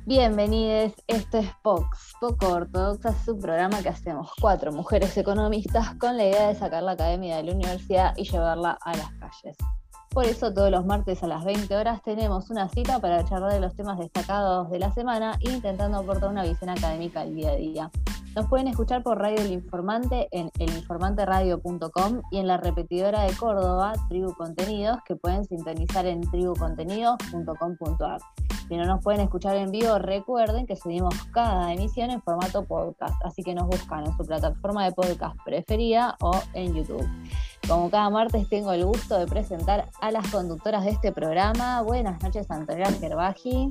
Bienvenidos, esto es POX, Poco Ortodoxa, es un programa que hacemos 4 mujeres economistas con la idea de sacar la academia de la universidad y llevarla a las calles. Por eso todos los martes a las 20 horas tenemos una cita para charlar de los temas destacados de la semana e intentando aportar una visión académica al día a día. Nos pueden escuchar por Radio El Informante en elinformanteradio.com y en la repetidora de Córdoba, Tribu Contenidos, que pueden sintonizar en tribucontenidos.com.ar. Si no nos pueden escuchar en vivo, recuerden que subimos cada emisión en formato podcast, así que nos buscan en su plataforma de podcast preferida o en YouTube. Como cada martes tengo el gusto de presentar a las conductoras de este programa. Buenas noches, Antonella Gerbaji.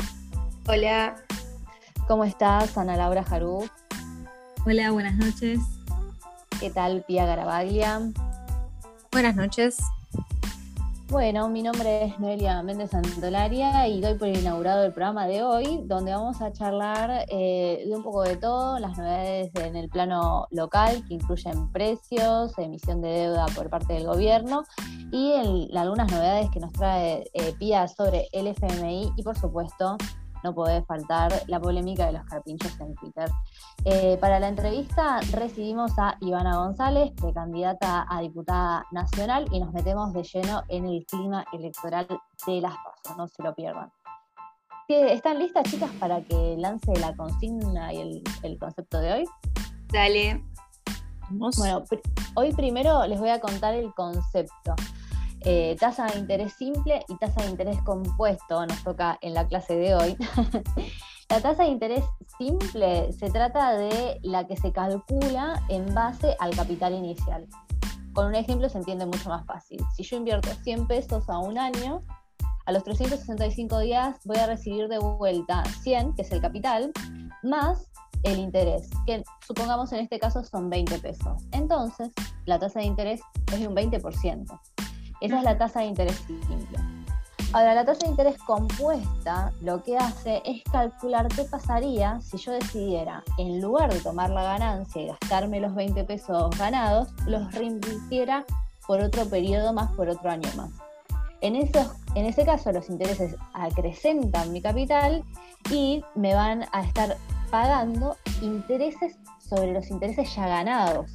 Hola. ¿Cómo estás, Ana Laura Jarú? Hola, buenas noches. ¿Qué tal, Pía Garavaglia? Buenas noches. Bueno, mi nombre es Noelia Méndez Santolaria y doy por inaugurado el programa de hoy, donde vamos a charlar de un poco de todo, las novedades en el plano local, que incluyen precios, emisión de deuda por parte del gobierno y algunas novedades que nos trae Pía sobre el FMI y, por supuesto, no puede faltar la polémica de los carpinchos en Twitter. Para la entrevista recibimos a Ivana González, precandidata a diputada nacional, y nos metemos de lleno en el clima electoral de las PASO, no se lo pierdan. ¿Están listas, chicas, para que lance la consigna y el concepto de hoy? Dale. Bueno, hoy primero les voy a contar el concepto. Tasa de interés simple y tasa de interés compuesto nos toca en la clase de hoy. La tasa de interés simple se trata de la que se calcula en base al capital inicial. Con un ejemplo se entiende mucho más fácil. Si yo invierto 100 pesos a un año, a los 365 días voy a recibir de vuelta 100, que es el capital, más el interés, que supongamos en este caso son 20 pesos. Entonces, la tasa de interés es de un 20%. Esa es la tasa de interés simple. Ahora, la tasa de interés compuesta lo que hace es calcular qué pasaría si yo decidiera, en lugar de tomar la ganancia y gastarme los 20 pesos ganados, los reinvirtiera por otro periodo más, por otro año más. En ese caso, los intereses acrecentan mi capital y me van a estar pagando intereses sobre los intereses ya ganados.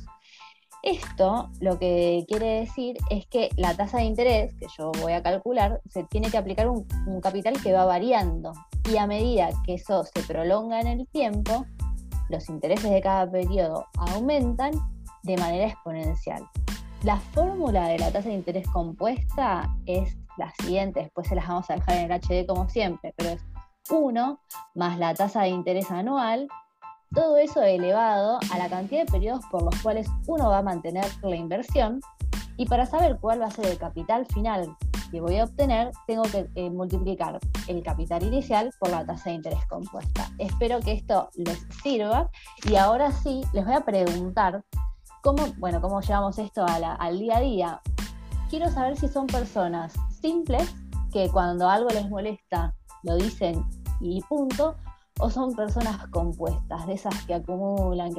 Esto lo que quiere decir es que la tasa de interés que yo voy a calcular se tiene que aplicar un capital que va variando, y a medida que eso se prolonga en el tiempo, los intereses de cada periodo aumentan de manera exponencial. La fórmula de la tasa de interés compuesta es la siguiente, después se las vamos a dejar en el HD como siempre, pero es 1 más la tasa de interés anual, todo eso elevado a la cantidad de periodos por los cuales uno va a mantener la inversión, y para saber cuál va a ser el capital final que voy a obtener, tengo que multiplicar el capital inicial por la tasa de interés compuesta. Espero que esto les sirva, y ahora sí, les voy a preguntar cómo llevamos esto al día a día. Quiero saber si son personas simples, que cuando algo les molesta lo dicen y punto, o son personas compuestas, de esas que acumulan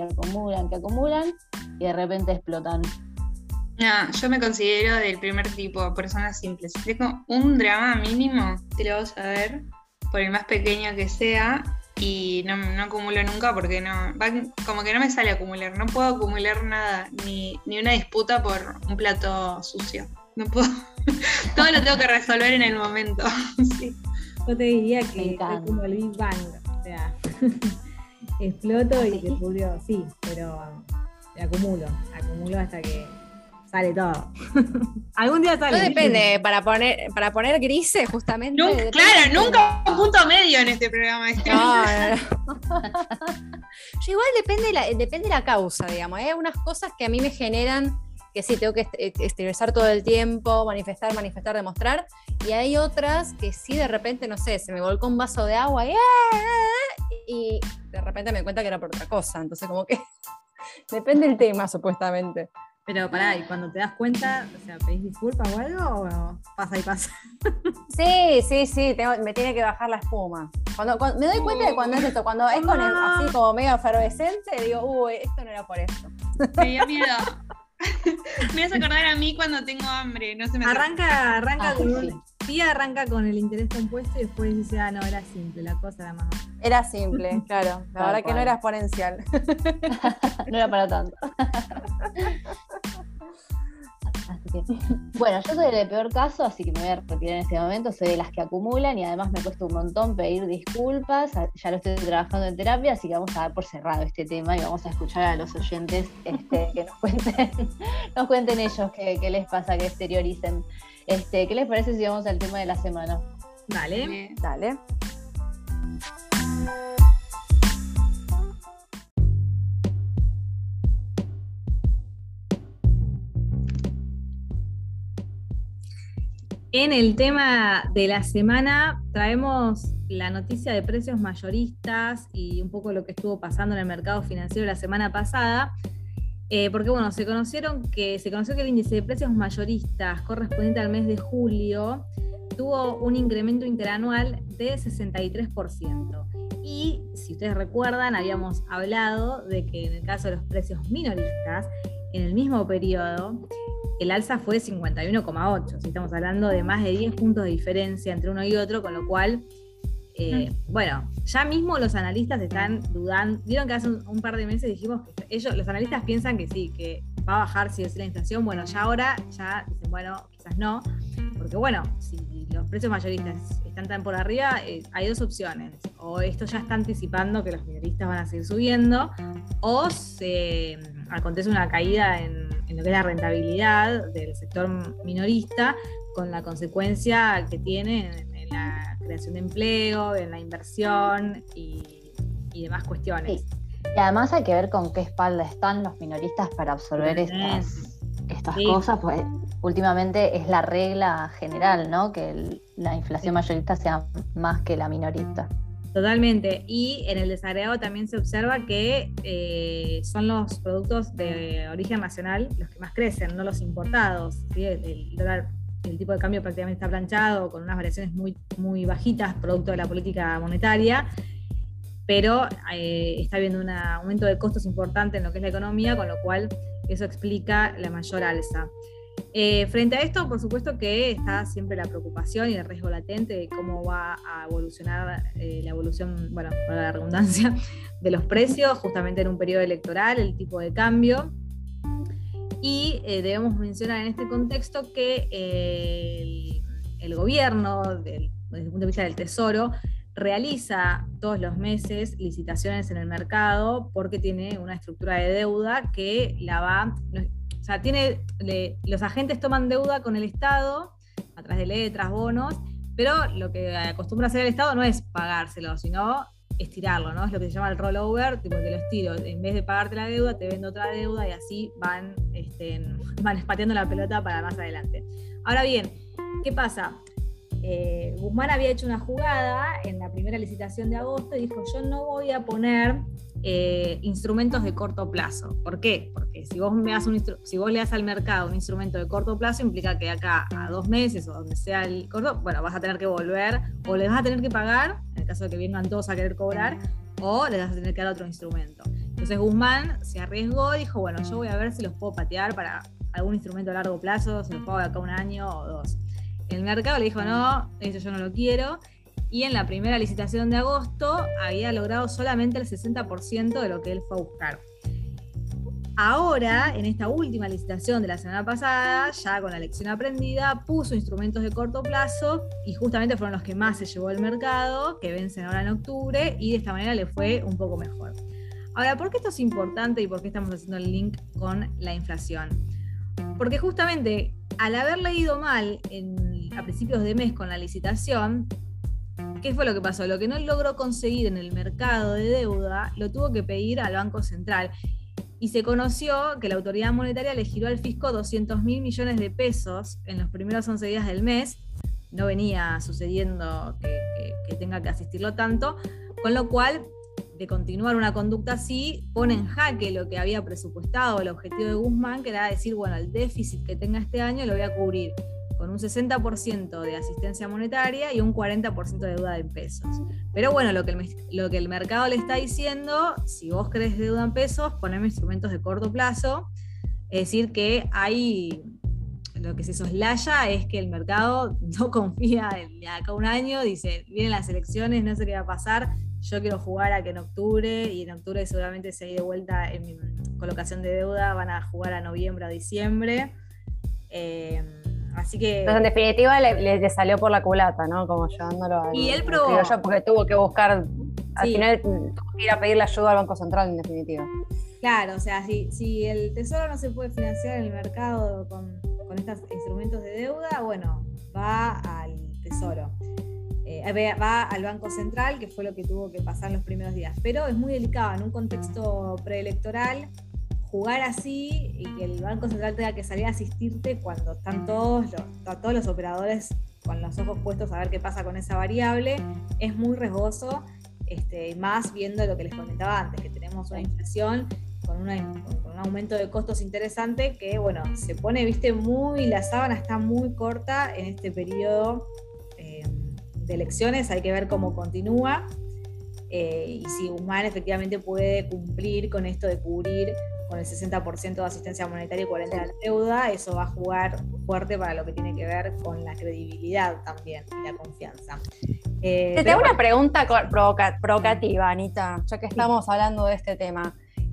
y de repente explotan. No, yo me considero del primer tipo, personas simples. Si tengo un drama mínimo, te lo vas a ver, por el más pequeño que sea, y no acumulo nunca porque como que no me sale acumular. No puedo acumular nada, ni una disputa por un plato sucio. No puedo. Todo lo tengo que resolver en el momento. Sí. Yo te diría que es como el Big Bang. O sea, exploto y se pudrió, sí, pero acumulo hasta que sale todo. Algún día sale. No depende, para poner grises justamente. Nunca un punto medio en este programa. No. Yo igual depende de la causa, digamos. Hay unas cosas que a mí me generan que sí, tengo que exteriorizar todo el tiempo, manifestar, demostrar, y hay otras que sí, de repente, no sé, se me volcó un vaso de agua y de repente me di cuenta que era por otra cosa, entonces como que depende del tema, supuestamente. Pero pará, y cuando te das cuenta, o sea, ¿pedís disculpas o algo o pasa y pasa? Sí, me tiene que bajar la espuma. Cuando me doy cuenta de cuando es esto, cuando es con así como medio efervescente, digo, esto no era por esto. Me dio miedo. Me vas a acordar a mí cuando tengo hambre, no se me arranca filosofía arranca con el interés compuesto y después dice, no, era simple, la cosa era más... Era simple, claro. La verdad que no era exponencial. No era para tanto. Así que, bueno, yo soy del peor caso, así que me voy a retirar en este momento. Soy de las que acumulan y además me cuesta un montón pedir disculpas. Ya lo estoy trabajando en terapia, así que vamos a dar por cerrado este tema y vamos a escuchar a los oyentes que nos cuenten ellos qué les pasa, que exterioricen. ¿Qué les parece si vamos al tema de la semana? Dale. Dale. En el tema de la semana traemos la noticia de precios mayoristas y un poco lo que estuvo pasando en el mercado financiero la semana pasada, porque bueno, se conoció que el índice de precios mayoristas correspondiente al mes de julio tuvo un incremento interanual de 63%. Y si ustedes recuerdan, habíamos hablado de que en el caso de los precios minoristas, en el mismo periodo, el alza fue 51,8. Si estamos hablando de más de 10 puntos de diferencia entre uno y otro, con lo cual, bueno, ya mismo los analistas están dudando. Vieron que hace un par de meses dijimos que los analistas piensan que sí, que va a bajar si es la inflación. Bueno, ya ahora ya dicen, bueno, quizás no, porque bueno, si los precios mayoristas están tan por arriba, hay dos opciones: o esto ya está anticipando que los minoristas van a seguir subiendo, o se acontece una caída en lo que es la rentabilidad del sector minorista, con la consecuencia que tiene en la creación de empleo, en la inversión y demás cuestiones. Sí. Y además hay que ver con qué espalda están los minoristas para absorber estas cosas, pues últimamente es la regla general, ¿no? Que la inflación mayorista sea más que la minorista. Totalmente. Y en el desagregado también se observa que son los productos de origen nacional los que más crecen, no los importados, ¿sí? El dólar, el tipo de cambio prácticamente está planchado, con unas variaciones muy, muy bajitas, producto de la política monetaria, pero está habiendo un aumento de costos importante en lo que es la economía, con lo cual eso explica la mayor alza. Frente a esto, por supuesto que está siempre la preocupación y el riesgo latente de cómo va a evolucionar la evolución, bueno, para la redundancia, de los precios, justamente en un periodo electoral, el tipo de cambio. Y debemos mencionar en este contexto que el gobierno, desde el punto de vista del Tesoro, realiza todos los meses licitaciones en el mercado porque tiene una estructura de deuda que o sea, los agentes toman deuda con el Estado a través de letras, bonos, pero lo que acostumbra hacer el Estado no es pagárselo, sino estirarlo, ¿no? Es lo que se llama el rollover, tipo que lo estiro, en vez de pagarte la deuda, te vendo otra deuda y así van espateando la pelota para más adelante. Ahora bien, ¿qué pasa? Guzmán había hecho una jugada en la primera licitación de agosto y dijo: yo no voy a poner instrumentos de corto plazo. ¿Por qué? Porque si vos le das al mercado un instrumento de corto plazo, implica que acá a 2 meses o donde sea el corto, bueno, vas a tener que volver, o les vas a tener que pagar, en el caso de que vengan todos a querer cobrar, o les vas a tener que dar otro instrumento. Entonces Guzmán se arriesgó y dijo: bueno, yo voy a ver si los puedo patear para algún instrumento a largo plazo, se los pago de acá 1 año o 2. El mercado le dijo: no, esto yo no lo quiero. Y en la primera licitación de agosto había logrado solamente el 60% de lo que él fue a buscar. Ahora, en esta última licitación de la semana pasada, ya con la lección aprendida, puso instrumentos de corto plazo y justamente fueron los que más se llevó el mercado, que vencen ahora en octubre, y de esta manera le fue un poco mejor. Ahora, ¿por qué esto es importante y por qué estamos haciendo el link con la inflación? Porque justamente al haber leído mal a principios de mes con la licitación, ¿qué fue lo que pasó? Lo que no logró conseguir en el mercado de deuda, lo tuvo que pedir al Banco Central. Y se conoció que la autoridad monetaria le giró al fisco 200.000 millones de pesos en los primeros 11 días del mes. No venía sucediendo que tenga que asistirlo tanto, con lo cual, de continuar una conducta así, pone en jaque lo que había presupuestado el objetivo de Guzmán, que era decir: bueno, el déficit que tenga este año lo voy a cubrir con un 60% de asistencia monetaria y un 40% de deuda en pesos. Pero bueno, lo que el mercado le está diciendo: si vos querés deuda en pesos, poneme instrumentos de corto plazo. Es decir, que hay lo que se soslaya es que el mercado no confía de acá a un año, dice, vienen las elecciones, no sé qué va a pasar, yo quiero jugar a que en octubre, y en octubre seguramente se ha ido de vuelta en mi colocación de deuda, van a jugar a noviembre o diciembre. Así que... Entonces, en definitiva, le salió por la culata, ¿no? Como llevándolo y él probó. Porque tuvo que buscar, al final tuvo que ir a pedirle ayuda al Banco Central, en definitiva. Claro, o sea, si el Tesoro no se puede financiar en el mercado con estos instrumentos de deuda, bueno, va al Tesoro. Va al Banco Central, que fue lo que tuvo que pasar los primeros días. Pero es muy delicado en un contexto preelectoral jugar así y que el Banco Central tenga que salir a asistirte cuando están todos los operadores con los ojos puestos a ver qué pasa con esa variable, es muy riesgoso, más viendo lo que les comentaba antes, que tenemos una inflación con un aumento de costos interesante que, bueno, se pone, la sábana está muy corta en este periodo de elecciones, hay que ver cómo continúa y si Guzmán efectivamente puede cumplir con esto de cubrir con el 60% de asistencia monetaria y 40% de deuda, eso va a jugar fuerte para lo que tiene que ver con la credibilidad también y la confianza. Te hago una pregunta provocativa, Anita, ya que estamos hablando de este tema.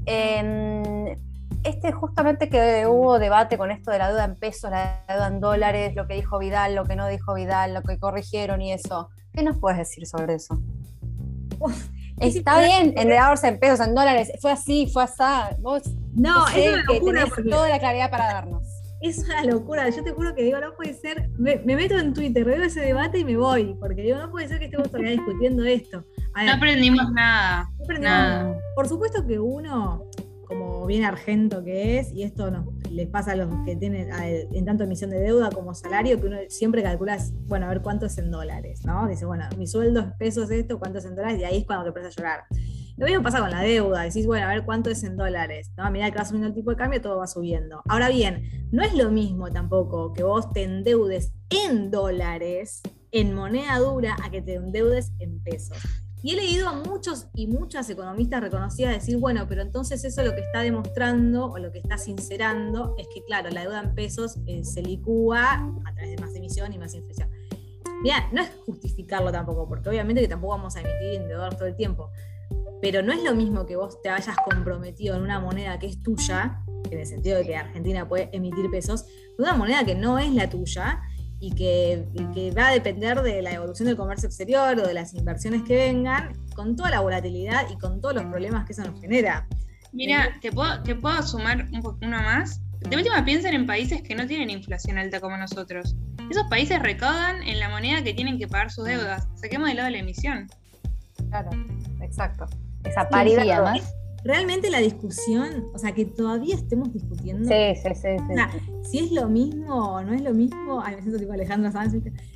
Justamente que hubo debate con esto de la deuda en pesos, la deuda en dólares, lo que dijo Vidal, lo que no dijo Vidal, lo que corrigieron y eso. ¿Qué nos puedes decir sobre eso? Está bien endeudarse en pesos, en dólares, fue así, fue asá. Vos no, sé es una locura, que tenés toda la claridad para darnos. Es una locura, yo te juro que digo, no puede ser, me meto en Twitter, veo ese debate y me voy, porque digo, no puede ser que estemos todavía discutiendo esto. No aprendimos nada. Nada. Por supuesto que uno, como bien argento que es, y esto les pasa a los que tienen en tanto emisión de deuda como salario, que uno siempre calcula, bueno, a ver cuánto es en dólares, ¿no? Dice, bueno, mi sueldo es pesos esto, cuánto es en dólares, y ahí es cuando te empiezas a llorar. Lo mismo pasa con la deuda, decís, bueno, a ver cuánto es en dólares, ¿no? A medida que va subiendo el tipo de cambio, todo va subiendo. Ahora bien, no es lo mismo tampoco que vos te endeudes en dólares, en moneda dura, a que te endeudes en pesos. Y he leído a muchos y muchas economistas reconocidas decir, bueno, pero entonces eso lo que está demostrando o lo que está sincerando es que, claro, la deuda en pesos se licúa a través de más emisión y más inflación. Mirá, no es justificarlo tampoco, porque obviamente que tampoco vamos a emitir endeudarnos todo el tiempo, pero no es lo mismo que vos te hayas comprometido en una moneda que es tuya, en el sentido de que Argentina puede emitir pesos, una moneda que no es la tuya, y que va a depender de la evolución del comercio exterior o de las inversiones que vengan, con toda la volatilidad y con todos los problemas que eso nos genera. Mira, ¿te puedo sumar uno más? De última, piensen en países que no tienen inflación alta como nosotros. Esos países recaudan en la moneda que tienen que pagar sus deudas. Saquemos de lado la emisión. Claro, exacto. Esa paridad más. Realmente la discusión, o sea, que todavía estemos discutiendo. Sí. O sea, si es lo mismo o no es lo mismo. Ay, me siento tipo Alejandra Sanz.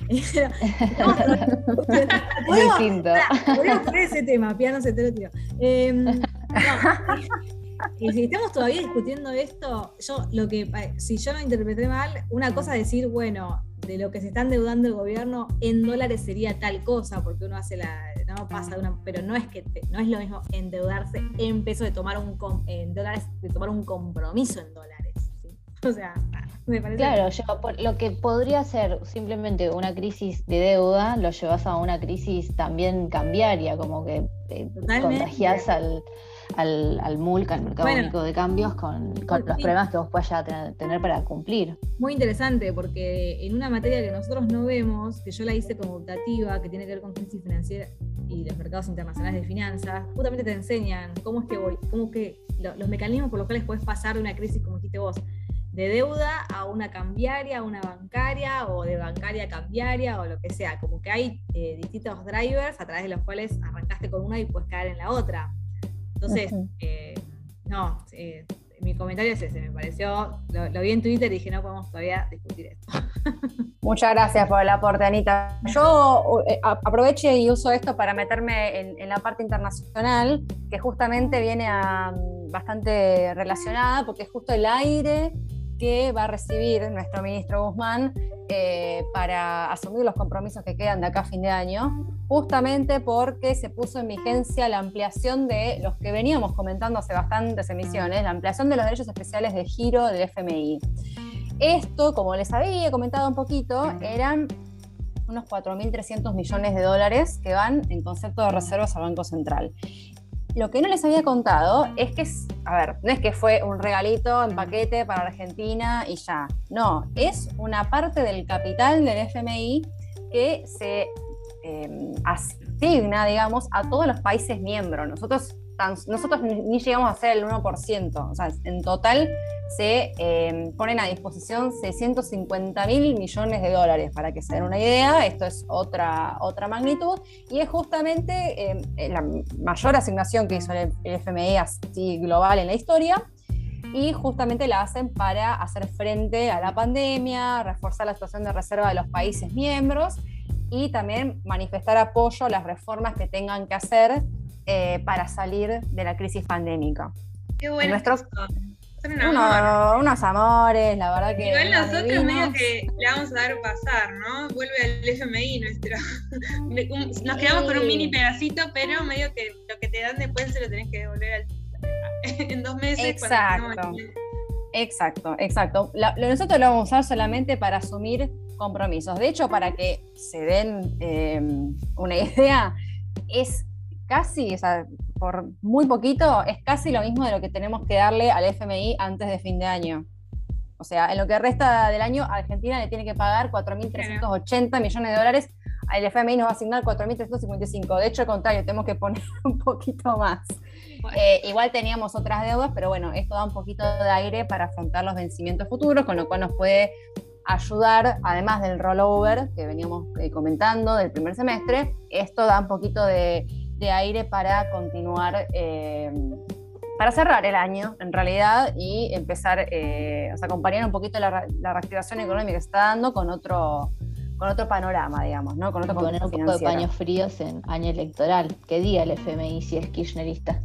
Podríamos poner ese tema, piano se te lo tiro. Si estamos todavía discutiendo esto, si yo lo interpreté mal, una cosa es decir, bueno, de lo que se está endeudando el gobierno en dólares sería tal cosa, porque uno hace pero no es lo mismo endeudarse en pesos en dólares, de tomar un compromiso en dólares, ¿sí? O sea, me parece. Claro, lo que podría ser simplemente una crisis de deuda, lo llevas a una crisis también cambiaria, como que contagiás al MULC, al Mercado Único de Cambios, con los problemas que vos puedas tener para cumplir. Muy interesante, porque en una materia que nosotros no vemos, que yo la hice como optativa, que tiene que ver con crisis financiera y los mercados internacionales de finanzas, justamente te enseñan cómo que los mecanismos por los cuales puedes pasar de una crisis, como dijiste vos, de deuda a una cambiaria, a una bancaria, o de bancaria a cambiaria, o lo que sea. Como que hay distintos drivers a través de los cuales arrancaste con una y puedes caer en la otra. Entonces, mi comentario es ese, me pareció, lo vi en Twitter y dije, no podemos todavía discutir esto. Muchas gracias por el aporte, Anita. Yo aprovecho y uso esto para meterme en la parte internacional, que justamente viene bastante relacionada, porque es justo el aire que va a recibir nuestro ministro Guzmán para asumir los compromisos que quedan de acá a fin de año, justamente porque se puso en vigencia la ampliación de los que veníamos comentando hace bastantes emisiones, la ampliación de los derechos especiales de giro del FMI. esto, como les había comentado un poquito, eran unos 4.300 millones de dólares que van en concepto de reservas al Banco Central. Lo que no les había contado es que, no es que fue un regalito en paquete para Argentina y ya. No, es una parte del capital del FMI que se asigna, digamos, a todos los países miembros. Nosotros ni llegamos a ser el 1%. O sea, en total se ponen a disposición 650.000 millones de dólares, para que se den una idea. Esto es otra magnitud, y es justamente la mayor asignación que hizo el FMI así global en la historia, y justamente la hacen para hacer frente a la pandemia, reforzar la situación de reserva de los países miembros y también manifestar apoyo a las reformas que tengan que hacer para salir de la crisis pandémica. Qué bueno. Unos amores, la verdad que... Igual nosotros medio que le vamos a dar pasar, ¿no? Vuelve al FMI nuestro... Nos quedamos con un mini pedacito, pero medio que lo que te dan después se lo tenés que devolver en 2 meses. Exacto. Nosotros lo vamos a usar solamente para asumir compromisos. De hecho, para que se den una idea, es casi, o sea, por muy poquito, es casi lo mismo de lo que tenemos que darle al FMI antes de fin de año. O sea, en lo que resta del año, Argentina le tiene que pagar 4.380 millones de dólares, el FMI nos va a asignar 4.355. De hecho, al contrario, tenemos que poner un poquito más. Bueno. Igual teníamos otras deudas, pero bueno, esto da un poquito de aire para afrontar los vencimientos futuros, con lo cual nos puede ayudar, además del rollover que veníamos comentando del primer semestre. Esto da un poquito de aire para continuar, para cerrar el año en realidad, y empezar, acompañar un poquito la reactivación económica que se está dando con otro panorama, digamos, ¿no? Con otro poner un poco de paños fríos en año electoral. ¿Qué diga el FMI si es kirchnerista?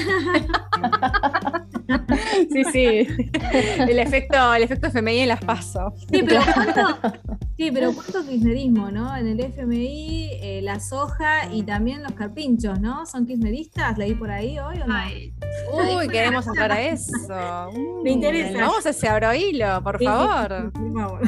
Sí. El efecto FMI en las PASO. Sí, pero cuánto kirchnerismo, ¿no? En el FMI, la soja y también los carpinchos, ¿no? ¿Son kirchneristas? ¿Leí por ahí hoy o no? Uy, queremos entrar a eso. Me interesa. Vamos a ese abrohilo, por favor. Por favor.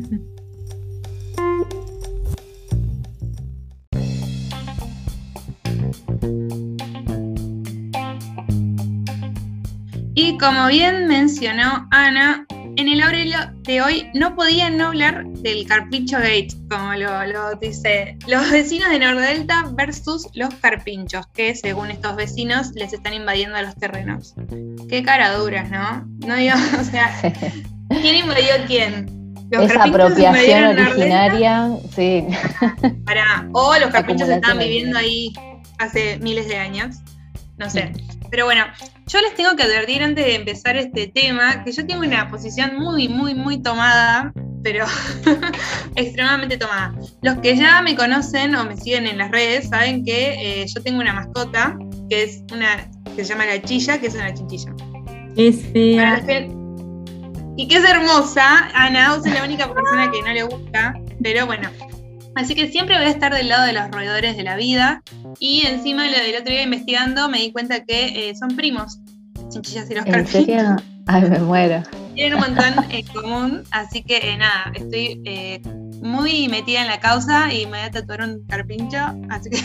Y como bien mencionó Ana, en el Aurelio de hoy no podían no hablar del Carpincho Gate, como lo dice, los vecinos de Nordelta versus los carpinchos, que según estos vecinos les están invadiendo los terrenos. Qué cara duras, ¿no? No digo, o sea, ¿quién invadió a quién? Esa apropiación originaria, sí. O los carpinchos estaban viviendo ahí hace miles de años, no sé. Pero bueno, yo les tengo que advertir antes de empezar este tema que yo tengo una posición muy, muy, muy tomada, pero extremadamente tomada. Los que ya me conocen o me siguen en las redes saben que yo tengo una mascota que es que se llama la Chilla, que es una chinchilla. Es fea. Y que es hermosa. Ana, vos sos la única persona que no le gusta, pero bueno. Así que siempre voy a estar del lado de los roedores de la vida. Y encima del otro día investigando me di cuenta que son primos, chinchillas y los carpinchos. ¿En serio? Ay, me muero. Tienen un montón en común, así que nada, estoy muy metida en la causa y me voy a tatuar un carpincho, así que...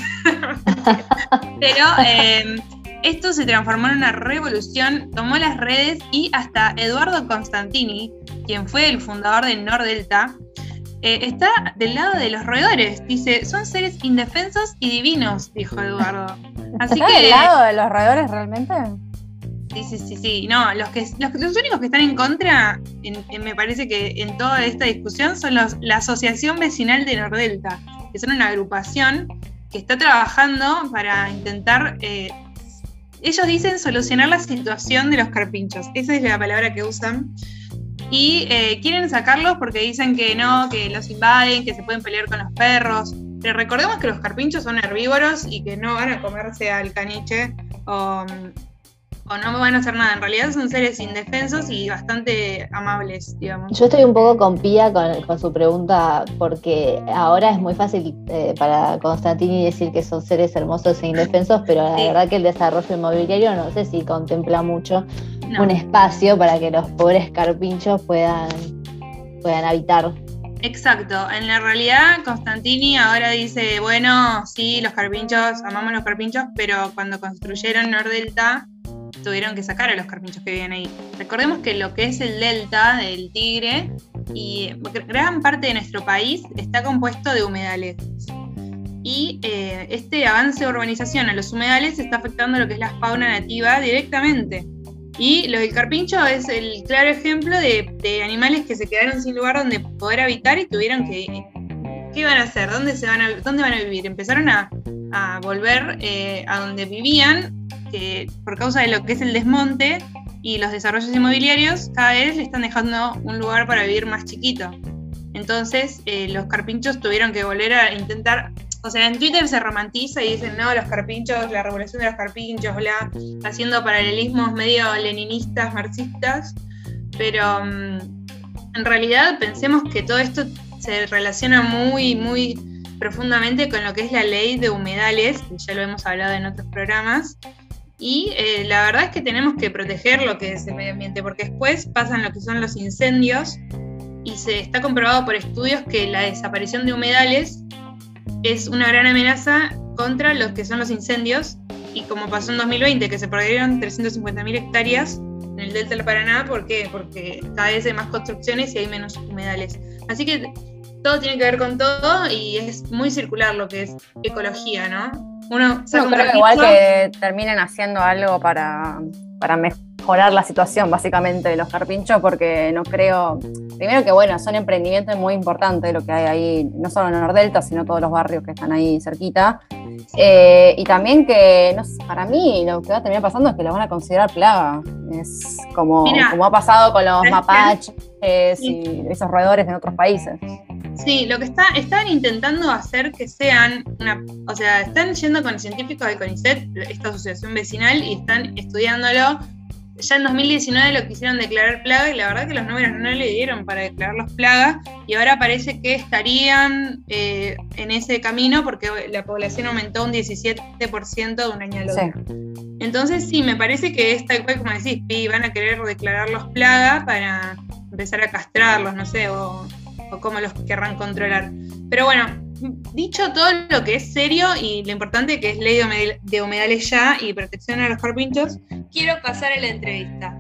Pero esto se transformó en una revolución, tomó las redes y hasta Eduardo Constantini, quien fue el fundador de Nordelta, está del lado de los roedores. Dice, son seres indefensos y divinos, dijo Eduardo. Así ¿Está del lado de los roedores realmente? Sí. No, los únicos que están en contra, me parece que en toda esta discusión, son la Asociación Vecinal de Nordelta, que son una agrupación que está trabajando para intentar, ellos dicen, solucionar la situación de los carpinchos. Esa es la palabra que usan. Y quieren sacarlos porque dicen que no, que los invaden, que se pueden pelear con los perros. Pero recordemos que los carpinchos son herbívoros y que no van a comerse al caniche o no van a hacer nada. En realidad son seres indefensos y bastante amables, digamos. Yo estoy un poco con Pía con su pregunta, porque ahora es muy fácil para Constantini decir que son seres hermosos e indefensos, pero la verdad que el desarrollo inmobiliario no sé si contempla mucho un espacio para que los pobres carpinchos puedan puedan habitar. Exacto, en la realidad Constantini ahora dice, bueno, sí, los carpinchos, amamos los carpinchos, pero cuando construyeron Nordelta tuvieron que sacar a los carpinchos que vivían ahí. Recordemos que lo que es el delta del Tigre y gran parte de nuestro país está compuesto de humedales. Y este avance de urbanización a los humedales está afectando lo que es la fauna nativa directamente. Y lo del carpincho es el claro ejemplo de animales que se quedaron sin lugar donde poder habitar y tuvieron que... ¿Qué van a hacer? ¿Dónde van a vivir? Empezaron a volver a donde vivían, que por causa de lo que es el desmonte y los desarrollos inmobiliarios, cada vez le están dejando un lugar para vivir más chiquito. Entonces los carpinchos tuvieron que volver a intentar... O sea, en Twitter se romantiza y dicen, no, los carpinchos, la revolución de los carpinchos, haciendo paralelismos medio leninistas, marxistas, pero en realidad pensemos que todo esto se relaciona muy, muy profundamente con lo que es la ley de humedales, que ya lo hemos hablado en otros programas, y la verdad es que tenemos que proteger lo que es el medio ambiente, porque después pasan lo que son los incendios, y se está comprobado por estudios que la desaparición de humedales es una gran amenaza contra los que son los incendios, y como pasó en 2020, que se perdieron 350.000 hectáreas en el delta del Paraná. ¿Por qué? Porque cada vez hay más construcciones y hay menos humedales. Así que todo tiene que ver con todo y es muy circular lo que es ecología, ¿no? Uno saca creo que igual que terminen haciendo algo para mejorar la situación básicamente de los carpinchos, porque no creo, primero que bueno, son emprendimientos muy importantes lo que hay ahí, no solo en Nordelta, sino todos los barrios que están ahí cerquita, y también que, no sé, para mí lo que va a terminar pasando es que lo van a considerar plaga, es como ha pasado con los mapaches y esos roedores en otros países. Sí, lo que están intentando hacer que sean o sea, están yendo con científicos del CONICET, esta asociación vecinal, y están estudiándolo. Ya en 2019 lo quisieron declarar plaga y la verdad que los números no le dieron para declararlos plaga, y ahora parece que estarían en ese camino porque la población aumentó un 17% de un año al otro. Sí. Entonces sí, me parece que es tal cual como decís, van a querer declararlos plaga para empezar a castrarlos, no sé, o cómo los querrán controlar. Pero bueno, dicho todo lo que es serio y lo importante que es ley de humedales ya y protección a los carpinchos, quiero pasar a la entrevista.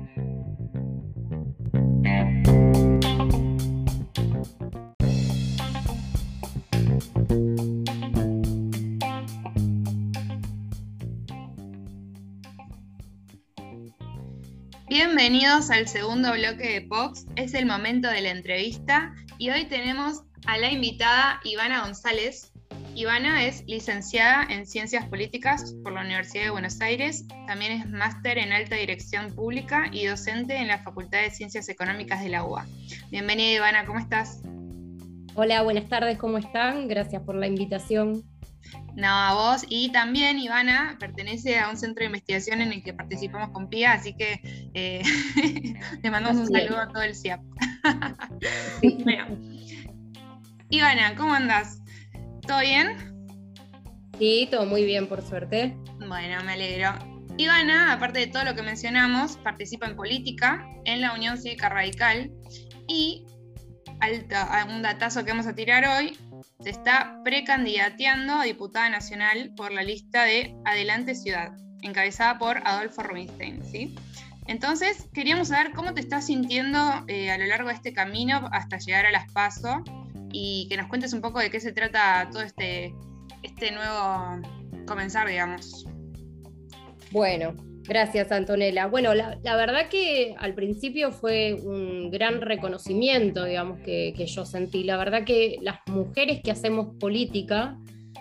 Bienvenidos al segundo bloque de POX, es el momento de la entrevista y hoy tenemos a la invitada Ivana González. Ivana es licenciada en Ciencias Políticas por la Universidad de Buenos Aires, también es máster en Alta Dirección Pública y docente en la Facultad de Ciencias Económicas de la UBA. Bienvenida Ivana, ¿cómo estás? Hola, buenas tardes, ¿cómo están? Gracias por la invitación. No, a vos. Y también Ivana pertenece a un centro de investigación en el que participamos con PIA, así que le mandamos un saludo a todo el CIAP. Bueno. Ivana, ¿cómo andás? ¿Todo bien? Sí, todo muy bien, por suerte. Bueno, me alegro. Ivana, aparte de todo lo que mencionamos, participa en política, en la Unión Cívica Radical y, un datazo que vamos a tirar hoy, se está precandidateando a diputada nacional por la lista de Adelante Ciudad, encabezada por Adolfo Rubinstein, ¿sí? Entonces, queríamos saber cómo te estás sintiendo a lo largo de este camino hasta llegar a las PASO y que nos cuentes un poco de qué se trata todo este nuevo comenzar, digamos. Bueno, gracias Antonella. Bueno, la verdad que al principio fue un gran reconocimiento, digamos, que yo sentí. La verdad que las mujeres que hacemos política,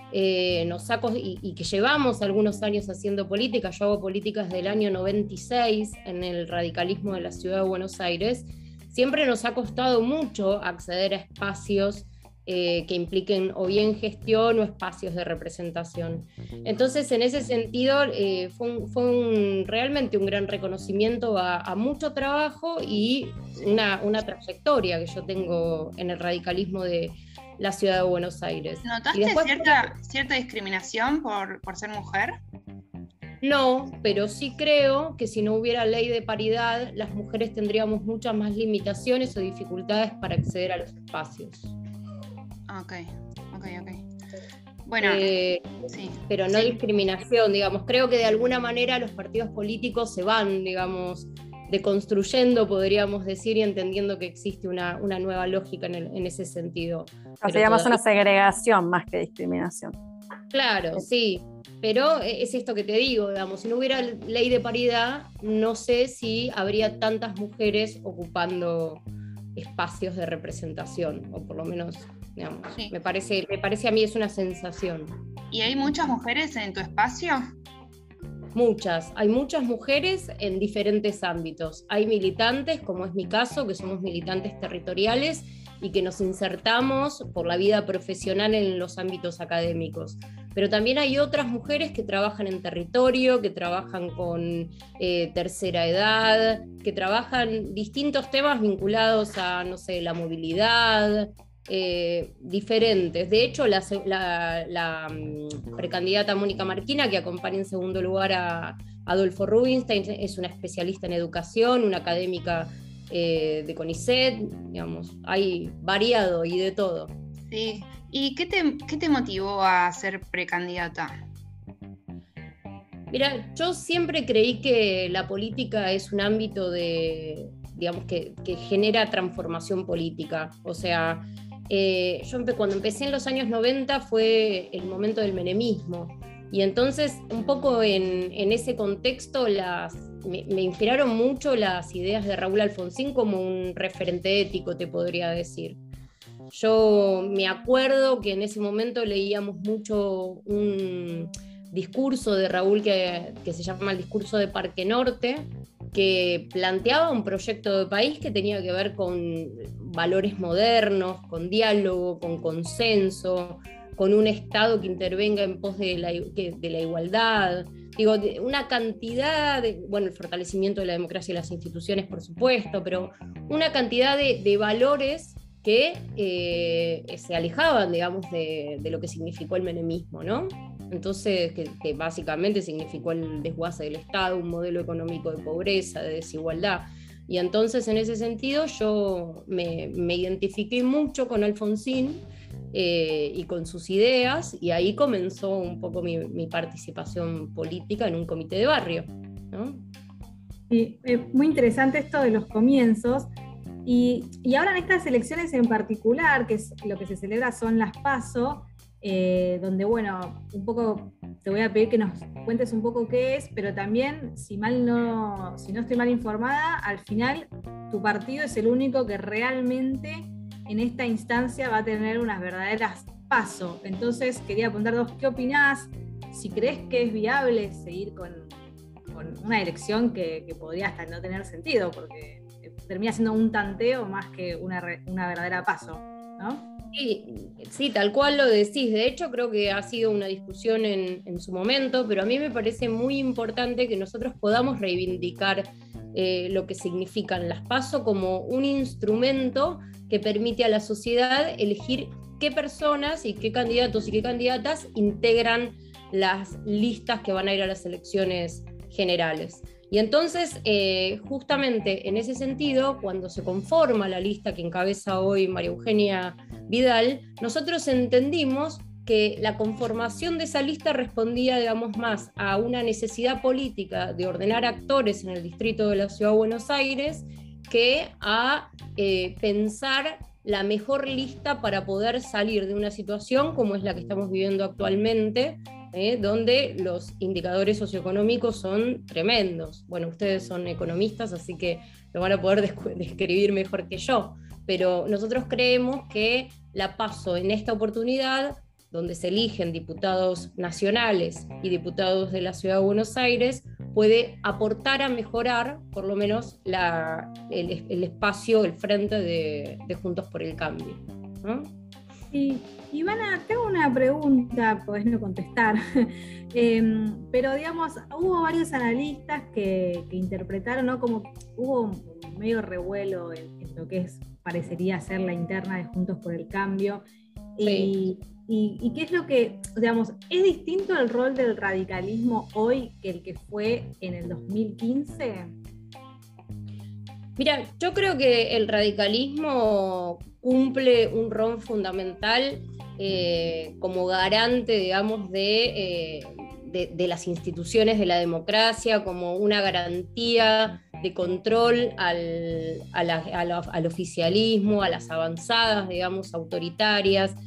y que llevamos algunos años haciendo política, yo hago política desde el año 96 en el radicalismo de la ciudad de Buenos Aires, siempre nos ha costado mucho acceder a espacios que impliquen o bien gestión o espacios de representación. Entonces, en ese sentido, fue realmente un gran reconocimiento a mucho trabajo y una trayectoria que yo tengo en el radicalismo de la ciudad de Buenos Aires. ¿Notaste cierta discriminación por ser mujer? No, pero sí creo que si no hubiera ley de paridad, las mujeres tendríamos muchas más limitaciones o dificultades para acceder a los espacios. Ok. Bueno, sí. Pero no discriminación, digamos. Creo que de alguna manera los partidos políticos se van, digamos, deconstruyendo, podríamos decir, y entendiendo que existe una nueva lógica en ese sentido. Sería más una segregación más que discriminación. Claro, sí. Pero es esto que te digo, digamos, si no hubiera ley de paridad, no sé si habría tantas mujeres ocupando espacios de representación, o por lo menos, digamos, sí. me parece a mí es una sensación. ¿Y hay muchas mujeres en tu espacio? Hay muchas mujeres en diferentes ámbitos. Hay militantes, como es mi caso, que somos militantes territoriales y que nos insertamos por la vida profesional en los ámbitos académicos. Pero también hay otras mujeres que trabajan en territorio, que trabajan con tercera edad, que trabajan distintos temas vinculados a, no sé, la movilidad, diferentes. De hecho, la precandidata Mónica Marquina, que acompaña en segundo lugar a Adolfo Rubinstein, es una especialista en educación, una académica de CONICET, digamos, hay variado y de todo. Sí. ¿Y qué te motivó a ser precandidata? Mira, yo siempre creí que la política es un ámbito de, digamos, que genera transformación política. O sea, yo cuando empecé en los años 90 fue el momento del menemismo. Y entonces, un poco en ese contexto, me inspiraron mucho las ideas de Raúl Alfonsín como un referente ético, te podría decir. Yo me acuerdo que en ese momento leíamos mucho un discurso de Raúl que se llama el discurso de Parque Norte, que planteaba un proyecto de país que tenía que ver con valores modernos, con diálogo, con consenso, con un Estado que intervenga en pos de la igualdad. Digo, una cantidad el fortalecimiento de la democracia y las instituciones, por supuesto, pero una cantidad de valores que se alejaban, digamos, de lo que significó el menemismo, ¿no? Entonces, que básicamente significó el desguace del Estado, un modelo económico de pobreza, de desigualdad. Y entonces, en ese sentido, yo me identifiqué mucho con Alfonsín y con sus ideas, y ahí comenzó un poco mi participación política en un comité de barrio, ¿no? Sí, muy interesante esto de los comienzos. Y ahora en estas elecciones en particular, que es lo que se celebra son las PASO, donde, bueno, un poco te voy a pedir que nos cuentes un poco qué es, pero también, si no estoy mal informada, al final tu partido es el único que realmente en esta instancia va a tener unas verdaderas PASO. Entonces quería preguntar, ¿qué opinás? Si crees que es viable seguir con una elección que podría hasta no tener sentido, porque termina siendo un tanteo más que una verdadera PASO, ¿no? Sí, tal cual lo decís. De hecho, creo que ha sido una discusión en su momento, pero a mí me parece muy importante que nosotros podamos reivindicar lo que significan las PASO como un instrumento que permite a la sociedad elegir qué personas y qué candidatos y qué candidatas integran las listas que van a ir a las elecciones generales. Y entonces, justamente en ese sentido, cuando se conforma la lista que encabeza hoy María Eugenia Vidal, nosotros entendimos que la conformación de esa lista respondía, digamos, más a una necesidad política de ordenar actores en el distrito de la Ciudad de Buenos Aires que a pensar la mejor lista para poder salir de una situación como es la que estamos viviendo actualmente, donde los indicadores socioeconómicos son tremendos. Bueno, ustedes son economistas, así que lo van a poder describir mejor que yo, pero nosotros creemos que la PASO en esta oportunidad, donde se eligen diputados nacionales y diputados de la Ciudad de Buenos Aires, puede aportar a mejorar por lo menos el espacio, el frente de Juntos por el Cambio, ¿no? Sí. Ivana, tengo una pregunta, podés no contestar, pero digamos, hubo varios analistas que interpretaron, ¿no? Como hubo medio revuelo en lo que parecería ser la interna de Juntos por el Cambio, sí. ¿Y qué es lo que, digamos, es distinto el rol del radicalismo hoy que el que fue en el 2015? Mira, yo creo que el radicalismo cumple un rol fundamental como garante, digamos, de las instituciones de la democracia, como una garantía de control al oficialismo, a las avanzadas, digamos, autoritarias.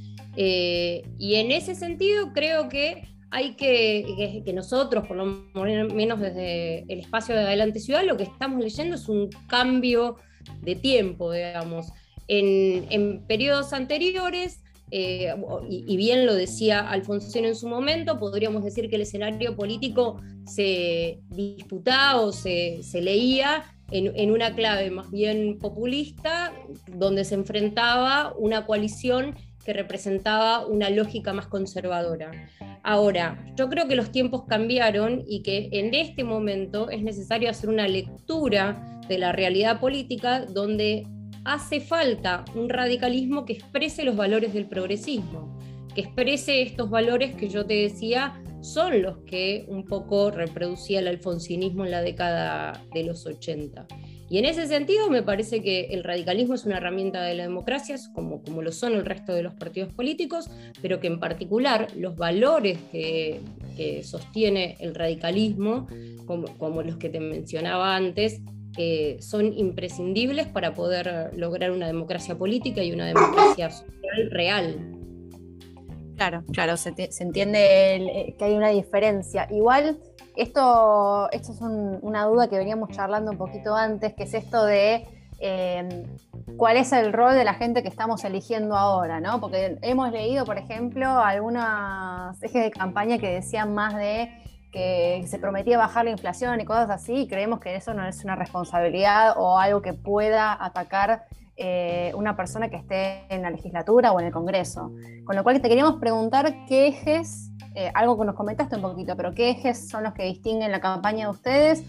Y en ese sentido creo que hay que nosotros, por lo menos desde el espacio de Adelante Ciudad, lo que estamos leyendo es un cambio de tiempo, digamos. En periodos anteriores, y bien lo decía Alfonsino en su momento, podríamos decir que el escenario político se disputaba o se leía en una clave más bien populista, donde se enfrentaba una coalición que representaba una lógica más conservadora. Ahora, yo creo que los tiempos cambiaron y que en este momento es necesario hacer una lectura de la realidad política donde hace falta un radicalismo que exprese los valores del progresismo, que exprese estos valores que yo te decía son los que un poco reproducía el alfonsinismo en la década de los 80. Y en ese sentido me parece que el radicalismo es una herramienta de la democracia, como lo son el resto de los partidos políticos, pero que en particular los valores que sostiene el radicalismo, como los que te mencionaba antes, son imprescindibles para poder lograr una democracia política y una democracia social real. Claro, se entiende que hay una diferencia. Igual, esto es una duda que veníamos charlando un poquito antes, que es esto de cuál es el rol de la gente que estamos eligiendo ahora, ¿no? Porque hemos leído, por ejemplo, algunos ejes de campaña que decían más de que se prometía bajar la inflación y cosas así, y creemos que eso no es una responsabilidad o algo que pueda atacar una persona que esté en la legislatura o en el Congreso. Con lo cual te queríamos preguntar qué ejes, algo que nos comentaste un poquito, pero qué ejes son los que distinguen la campaña de ustedes,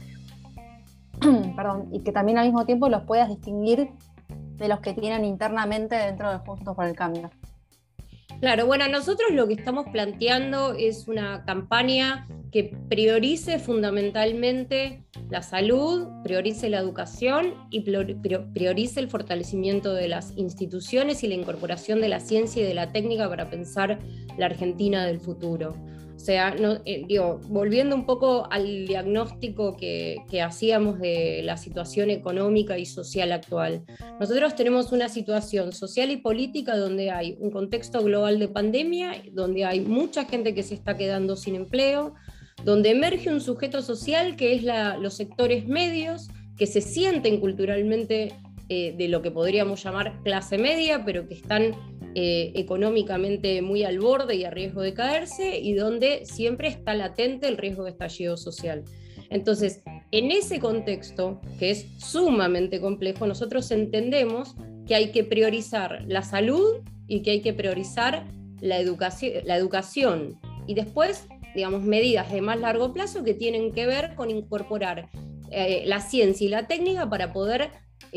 perdón, y que también al mismo tiempo los puedas distinguir de los que tienen internamente dentro de Juntos por el Cambio. Claro, bueno, nosotros lo que estamos planteando es una campaña que priorice fundamentalmente la salud, priorice la educación y priorice el fortalecimiento de las instituciones y la incorporación de la ciencia y de la técnica para pensar la Argentina del futuro. O sea, volviendo un poco al diagnóstico que hacíamos de la situación económica y social actual. Nosotros tenemos una situación social y política donde hay un contexto global de pandemia, donde hay mucha gente que se está quedando sin empleo, donde emerge un sujeto social que es los sectores medios, que se sienten culturalmente de lo que podríamos llamar clase media, pero que están económicamente muy al borde y a riesgo de caerse, y donde siempre está latente el riesgo de estallido social. Entonces, en ese contexto, que es sumamente complejo, nosotros entendemos que hay que priorizar la salud y que hay que priorizar la educación y después, digamos, medidas de más largo plazo que tienen que ver con incorporar la ciencia y la técnica para poder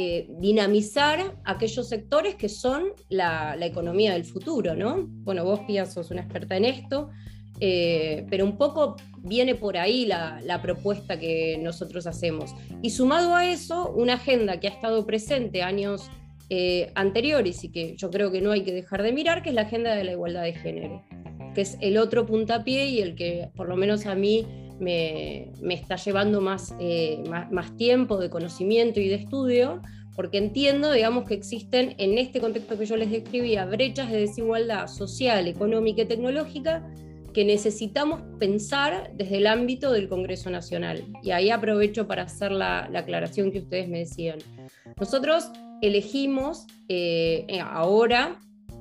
dinamizar aquellos sectores que son la economía del futuro, ¿no? Bueno, vos, Pía, sos una experta en esto, pero un poco viene por ahí la propuesta que nosotros hacemos. Y sumado a eso, una agenda que ha estado presente años anteriores y que yo creo que no hay que dejar de mirar, que es la agenda de la igualdad de género, que es el otro puntapié y el que por lo menos a mí me está llevando más tiempo de conocimiento y de estudio, porque entiendo, digamos, que existen en este contexto que yo les describía brechas de desigualdad social, económica y tecnológica que necesitamos pensar desde el ámbito del Congreso Nacional. Y ahí aprovecho para hacer la aclaración que ustedes me decían. Nosotros elegimos ahora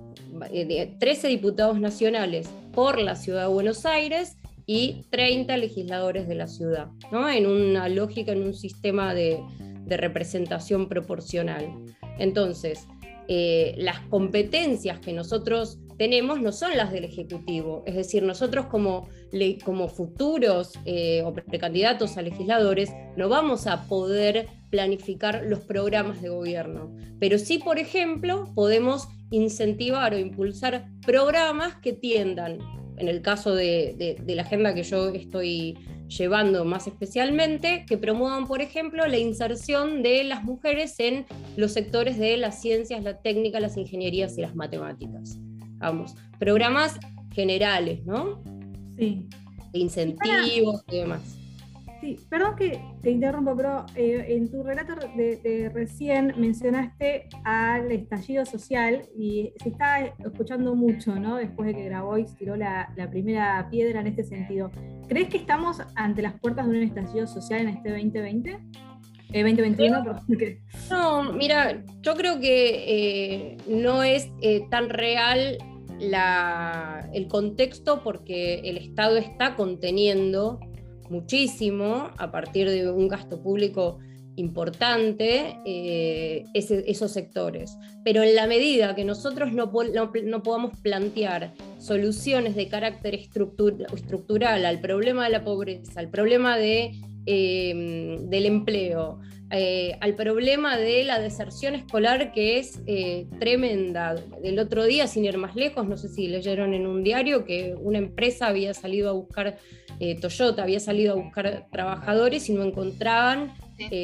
13 diputados nacionales por la Ciudad de Buenos Aires y 30 legisladores de la ciudad, ¿no? En una lógica, en un sistema de representación proporcional. Entonces, las competencias que nosotros tenemos no son las del Ejecutivo. Es decir, nosotros como futuros o precandidatos a legisladores no vamos a poder planificar los programas de gobierno. Pero sí, por ejemplo, podemos incentivar o impulsar programas que tiendan, en el caso de la agenda que yo estoy llevando más especialmente, que promuevan, por ejemplo, la inserción de las mujeres en los sectores de las ciencias, la técnica, las ingenierías y las matemáticas. Vamos, programas generales, ¿no? Sí. De incentivos y demás. Sí, perdón que te interrumpo, pero en tu relato de recién mencionaste al estallido social y se está escuchando mucho, ¿no? Después de que Grabois tiró la primera piedra en este sentido. ¿Crees que estamos ante las puertas de un estallido social en este 2020? 2021, perdón. No, mira, yo creo que no es tan real el contexto, porque el Estado está conteniendo muchísimo a partir de un gasto público importante esos sectores. Pero en la medida que nosotros no podamos plantear soluciones de carácter estructural al problema de la pobreza, al problema del empleo, al problema de la deserción escolar, que es tremenda. El otro día, sin ir más lejos, no sé si leyeron en un diario que una empresa había salido a buscar, Toyota había salido a buscar trabajadores y no encontraban,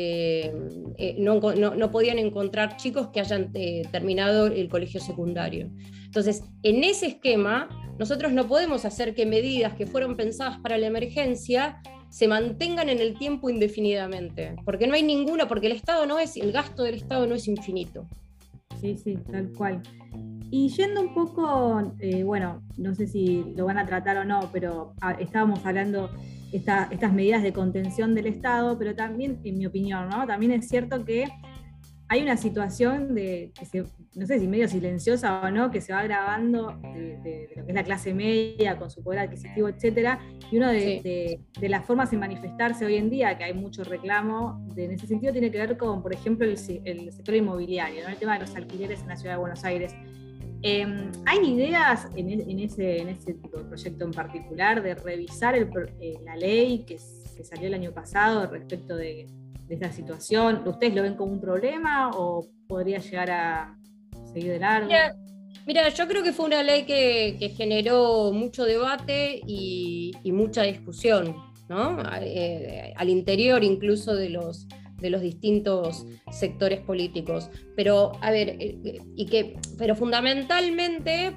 no podían encontrar chicos que hayan terminado el colegio secundario. Entonces, en ese esquema, nosotros no podemos hacer que medidas que fueron pensadas para la emergencia se mantengan en el tiempo indefinidamente, porque no hay ninguna, porque el gasto del Estado no es infinito. Sí, tal cual. Y yendo un poco, bueno, no sé si lo van a tratar o no, pero estábamos hablando estas medidas de contención del Estado, pero también, en mi opinión, ¿no? También es cierto que hay una situación no sé si medio silenciosa o no, que se va agravando de lo que es la clase media con su poder adquisitivo, etcétera, y una de las formas de manifestarse hoy en día, que hay mucho reclamo en ese sentido, tiene que ver con, por ejemplo, el sector inmobiliario, ¿no? El tema de los alquileres en la ciudad de Buenos Aires. ¿Hay ideas en ese tipo de proyecto en particular de revisar la ley que salió el año pasado respecto de esta situación? ¿Ustedes lo ven como un problema o podría llegar a seguir de largo? Mira, yo creo que fue una ley que generó mucho debate y mucha discusión, ¿no? Al interior incluso de los distintos sectores políticos. Pero, a ver, pero fundamentalmente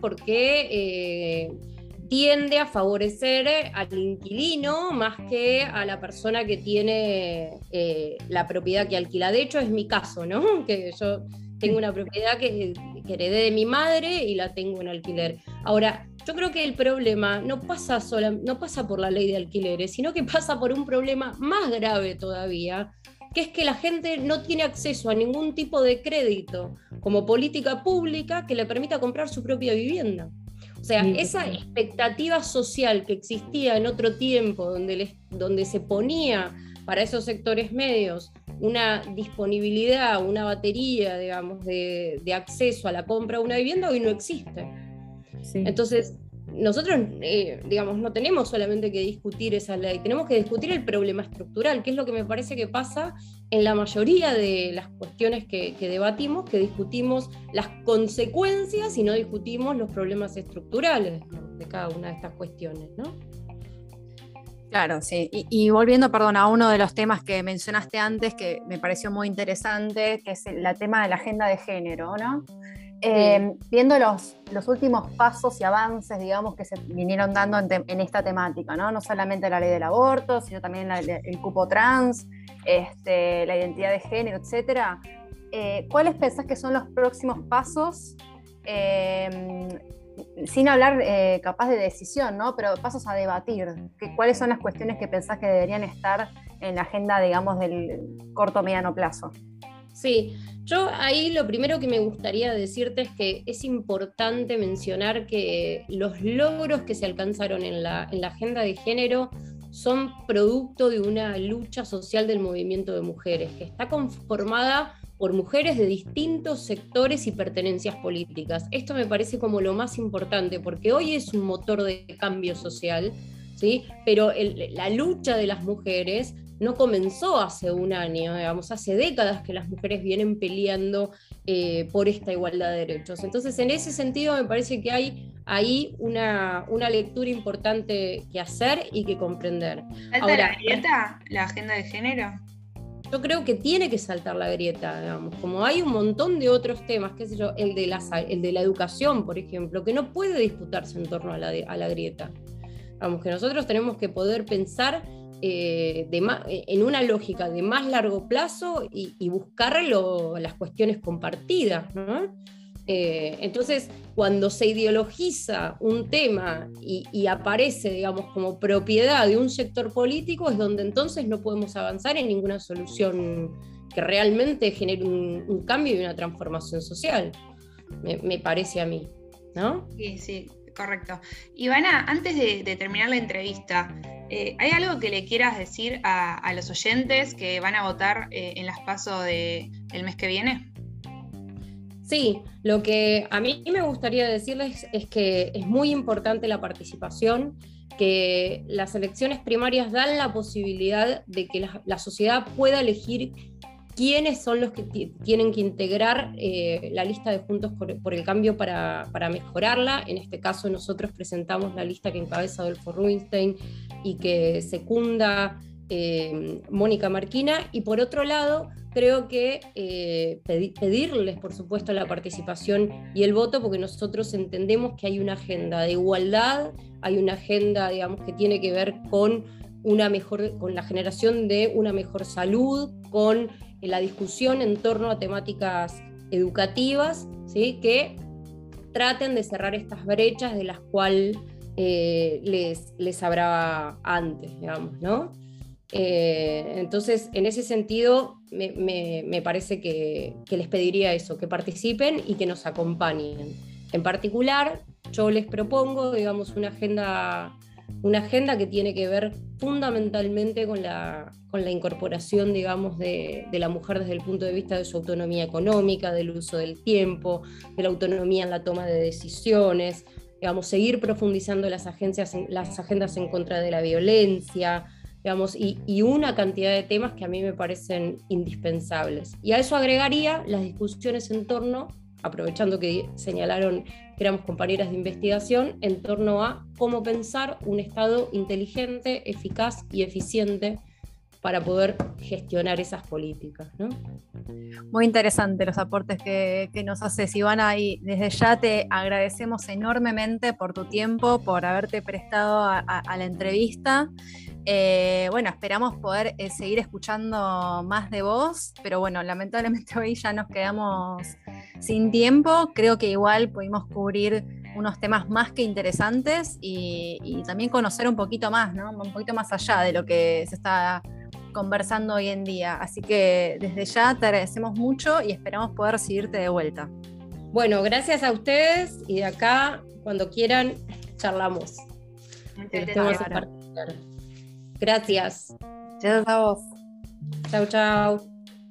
porque tiende a favorecer al inquilino más que a la persona que tiene la propiedad que alquila. De hecho, es mi caso, ¿no? Que yo tengo una propiedad que heredé de mi madre y la tengo en alquiler. Ahora, yo creo que el problema no pasa por la ley de alquileres, sino que pasa por un problema más grave todavía, que es que la gente no tiene acceso a ningún tipo de crédito como política pública que le permita comprar su propia vivienda. O sea, esa expectativa social que existía en otro tiempo, donde se ponía para esos sectores medios una disponibilidad, una batería, digamos, de acceso a la compra de una vivienda, hoy no existe. Sí. Entonces, nosotros, digamos, no tenemos solamente que discutir esa ley, tenemos que discutir el problema estructural, que es lo que me parece que pasa en la mayoría de las cuestiones que debatimos, que discutimos las consecuencias y no discutimos los problemas estructurales, ¿no?, de cada una de estas cuestiones, ¿no? Claro, sí. Y volviendo, perdón, a uno de los temas que mencionaste antes, que me pareció muy interesante, que es el tema de la agenda de género, ¿no? Viendo los últimos pasos y avances, digamos, que se vinieron dando en esta temática, ¿no? No solamente la ley del aborto, sino también el cupo trans, la identidad de género, etcétera. ¿Cuáles pensás que son los próximos pasos? Sin hablar capaz de decisión, ¿no? Pero pasos a debatir. ¿Cuáles son las cuestiones que pensás que deberían estar en la agenda, digamos, del corto o mediano plazo? Sí, yo ahí lo primero que me gustaría decirte es que es importante mencionar que los logros que se alcanzaron en la agenda de género son producto de una lucha social del movimiento de mujeres, que está conformada por mujeres de distintos sectores y pertenencias políticas. Esto me parece como lo más importante, porque hoy es un motor de cambio social, ¿sí? Pero la lucha de las mujeres no comenzó hace un año, digamos, hace décadas que las mujeres vienen peleando por esta igualdad de derechos. Entonces, en ese sentido, me parece que hay ahí una lectura importante que hacer y que comprender. ¿Falta la grieta, la agenda de género? Yo creo que tiene que saltar la grieta, digamos, como hay un montón de otros temas, qué sé yo, el de la educación, por ejemplo, que no puede disputarse en torno a la grieta. Vamos, que nosotros tenemos que poder pensar en una lógica de más largo plazo y buscar las cuestiones compartidas, ¿no? Entonces, cuando se ideologiza un tema y aparece, digamos, como propiedad de un sector político, es donde entonces no podemos avanzar en ninguna solución que realmente genere un cambio y una transformación social, me parece a mí, ¿no? Sí, correcto. Ivana, antes de terminar la entrevista, ¿hay algo que le quieras decir a los oyentes que van a votar en las PASO del mes que viene? Sí, lo que a mí me gustaría decirles es que es muy importante la participación, que las elecciones primarias dan la posibilidad de que la sociedad pueda elegir quiénes son los que tienen que integrar la lista de Juntos por el Cambio para mejorarla. En este caso nosotros presentamos la lista que encabeza Adolfo Rubinstein y que secunda Mónica Marquina, y por otro lado creo que pedirles por supuesto la participación y el voto, porque nosotros entendemos que hay una agenda de igualdad, hay una agenda, digamos, que tiene que ver con la generación de una mejor salud, con la discusión en torno a temáticas educativas, ¿sí? Que traten de cerrar estas brechas de las cuales les hablaba antes, digamos, ¿no? Entonces, en ese sentido, me parece que les pediría eso, que participen y que nos acompañen. En particular, yo les propongo, digamos, una agenda que tiene que ver fundamentalmente con la incorporación, digamos, de la mujer desde el punto de vista de su autonomía económica, del uso del tiempo, de la autonomía en la toma de decisiones, digamos, seguir profundizando las agendas en contra de la violencia, digamos, y una cantidad de temas que a mí me parecen indispensables. Y a eso agregaría las discusiones en torno, aprovechando que señalaron que éramos compañeras de investigación, en torno a cómo pensar un Estado inteligente, eficaz y eficiente para poder gestionar esas políticas, ¿no? Muy interesante los aportes que nos haces, Ivana, y desde ya te agradecemos enormemente por tu tiempo, por haberte prestado a la entrevista. Bueno, esperamos poder seguir escuchando más de vos, pero bueno, lamentablemente hoy ya nos quedamos sin tiempo. Creo que igual pudimos cubrir unos temas más que interesantes y también conocer un poquito más, ¿no? Un poquito más allá de lo que se está conversando hoy en día. Así que desde ya te agradecemos mucho y esperamos poder seguirte de vuelta. Bueno, gracias a ustedes, y de acá, cuando quieran, charlamos. Muchas gracias. Gracias. Gracias a vos. Chau, chau.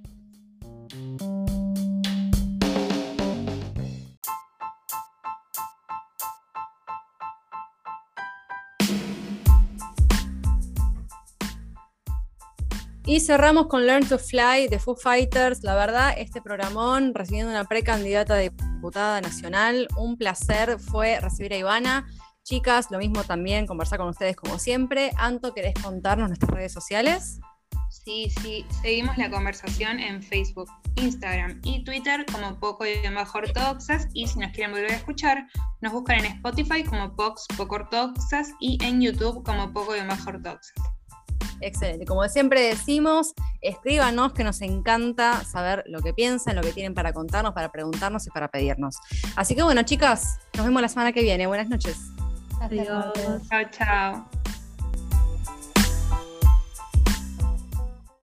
Y cerramos con Learn to Fly de Foo Fighters. La verdad, este programón, recibiendo una precandidata de diputada nacional, un placer fue recibir a Ivana. Chicas, lo mismo también, conversar con ustedes como siempre. Anto, ¿querés contarnos nuestras redes sociales? Sí, seguimos la conversación en Facebook, Instagram y Twitter como Poco-Ortodoxas, y si nos quieren volver a escuchar, nos buscan en Spotify como Poco Ortodoxas y en YouTube como Poco-Ortodoxas. Excelente. Como siempre decimos, escríbanos, que nos encanta saber lo que piensan, lo que tienen para contarnos, para preguntarnos y para pedirnos. Así que bueno, chicas, nos vemos la semana que viene. Buenas noches. Adiós. Chao, chao.